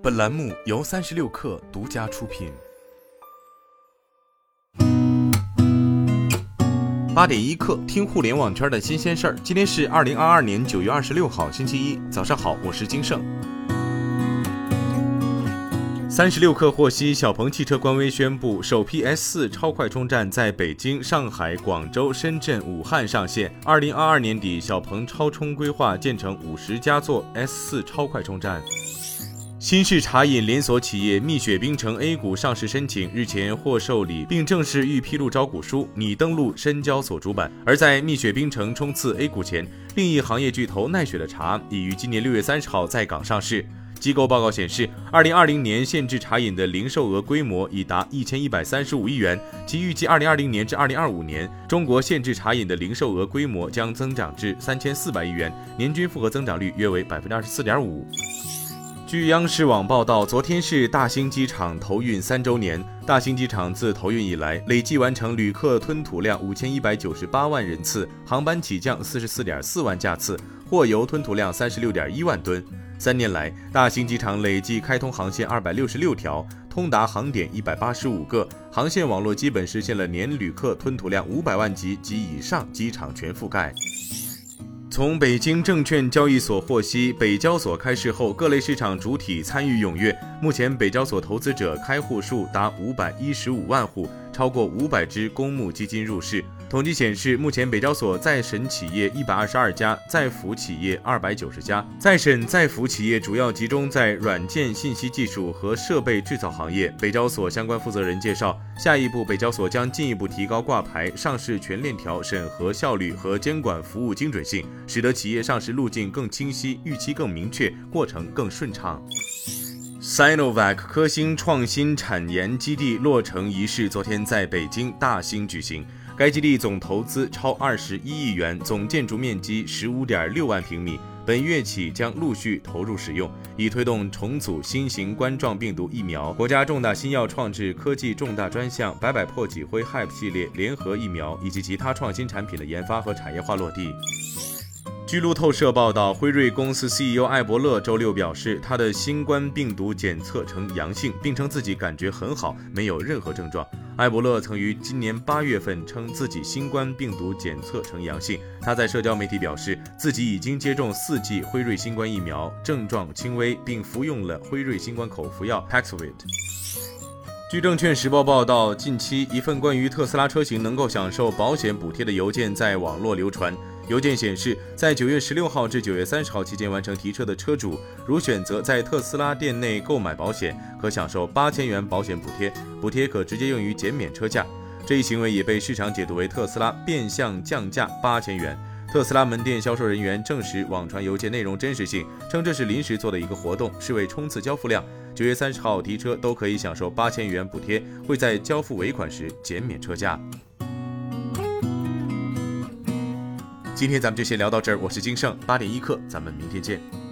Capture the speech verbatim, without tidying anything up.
本栏目由三十六氪独家出品。八点一刻，听互联网圈的新鲜事儿。今天是二零二二年九月二十六号，星期一，早上好，我是金盛。三十六氪获悉，小鹏汽车官微宣布，首批 S 四 超快充站在北京、上海、广州、深圳、武汉上线。二零二二年底，小鹏超充规划建成五十家座 S 四 超快充站。新式茶饮连锁企业蜜雪冰城 A 股上市申请日前获受理，并正式预披露招股书，拟登陆深交所主板。而在蜜雪冰城冲刺 A 股前，另一行业巨头奈雪的茶已于今年六月三十号在港上市。机构报告显示，二零二零年限制茶饮的零售额规模已达一千一百三十五亿元，其预计二零二零年至二零二五年，中国限制茶饮的零售额规模将增长至三千四百亿元，年均复合增长率约为百分之二十四点五。据央视网报道，昨天是大兴机场投运三周年。大兴机场自投运以来，累计完成旅客吞吐量五千一百九十八万人次，航班起降四十四点四万架次，货邮吞吐量三十六点一万吨。三年来，大兴机场累计开通航线二百六十六条，通达航点一百八十五个，航线网络基本实现了年旅客吞吐量五百万级及以上机场全覆盖。从北京证券交易所获悉，北交所开市后，各类市场主体参与踊跃。目前，北交所投资者开户数达五百一十五万户，超过五百只公募基金入市。统计显示，目前北交所在审企业一百二十二家，在服企业二百九十家。在审在服企业主要集中在软件信息技术和设备制造行业。北交所相关负责人介绍，下一步北交所将进一步提高挂牌、上市全链条审核效率和监管服务精准性，使得企业上市路径更清晰，预期更明确，过程更顺畅。Sinovac 科兴创新产研基地落成仪式昨天在北京大兴举行。该基地总投资超二十一亿元，总建筑面积十五点六万平米，本月起将陆续投入使用，以推动重组新型冠状病毒疫苗、国家重大新药创制科技重大专项、百百破脊灰 H Y P E 系列联合疫苗以及其他创新产品的研发和产业化落地。据路透社报道，辉瑞公司 C E O 艾伯勒周六表示，他的新冠病毒检测呈阳性，并称自己感觉很好，没有任何症状。艾伯勒曾于今年八月份称自己新冠病毒检测呈阳性。他在社交媒体表示，自己已经接种四剂辉瑞新冠疫苗，症状轻微，并服用了辉瑞新冠口服药 Paxlovid。据证券时报报道，近期一份关于特斯拉车型能够享受保险补贴的邮件在网络流传。邮件显示，在九月十六号至九月三十号期间完成提车的车主，如选择在特斯拉店内购买保险，可享受八千元保险补贴，补贴可直接用于减免车价。这一行为也被市场解读为特斯拉变相降价八千元。特斯拉门店销售人员证实网传邮件内容真实性，称这是临时做的一个活动，是为冲刺交付量。九月三十号提车都可以享受八千元补贴，会在交付尾款时减免车价。今天咱们就先聊到这儿，我是金盛，八点一刻，咱们明天见。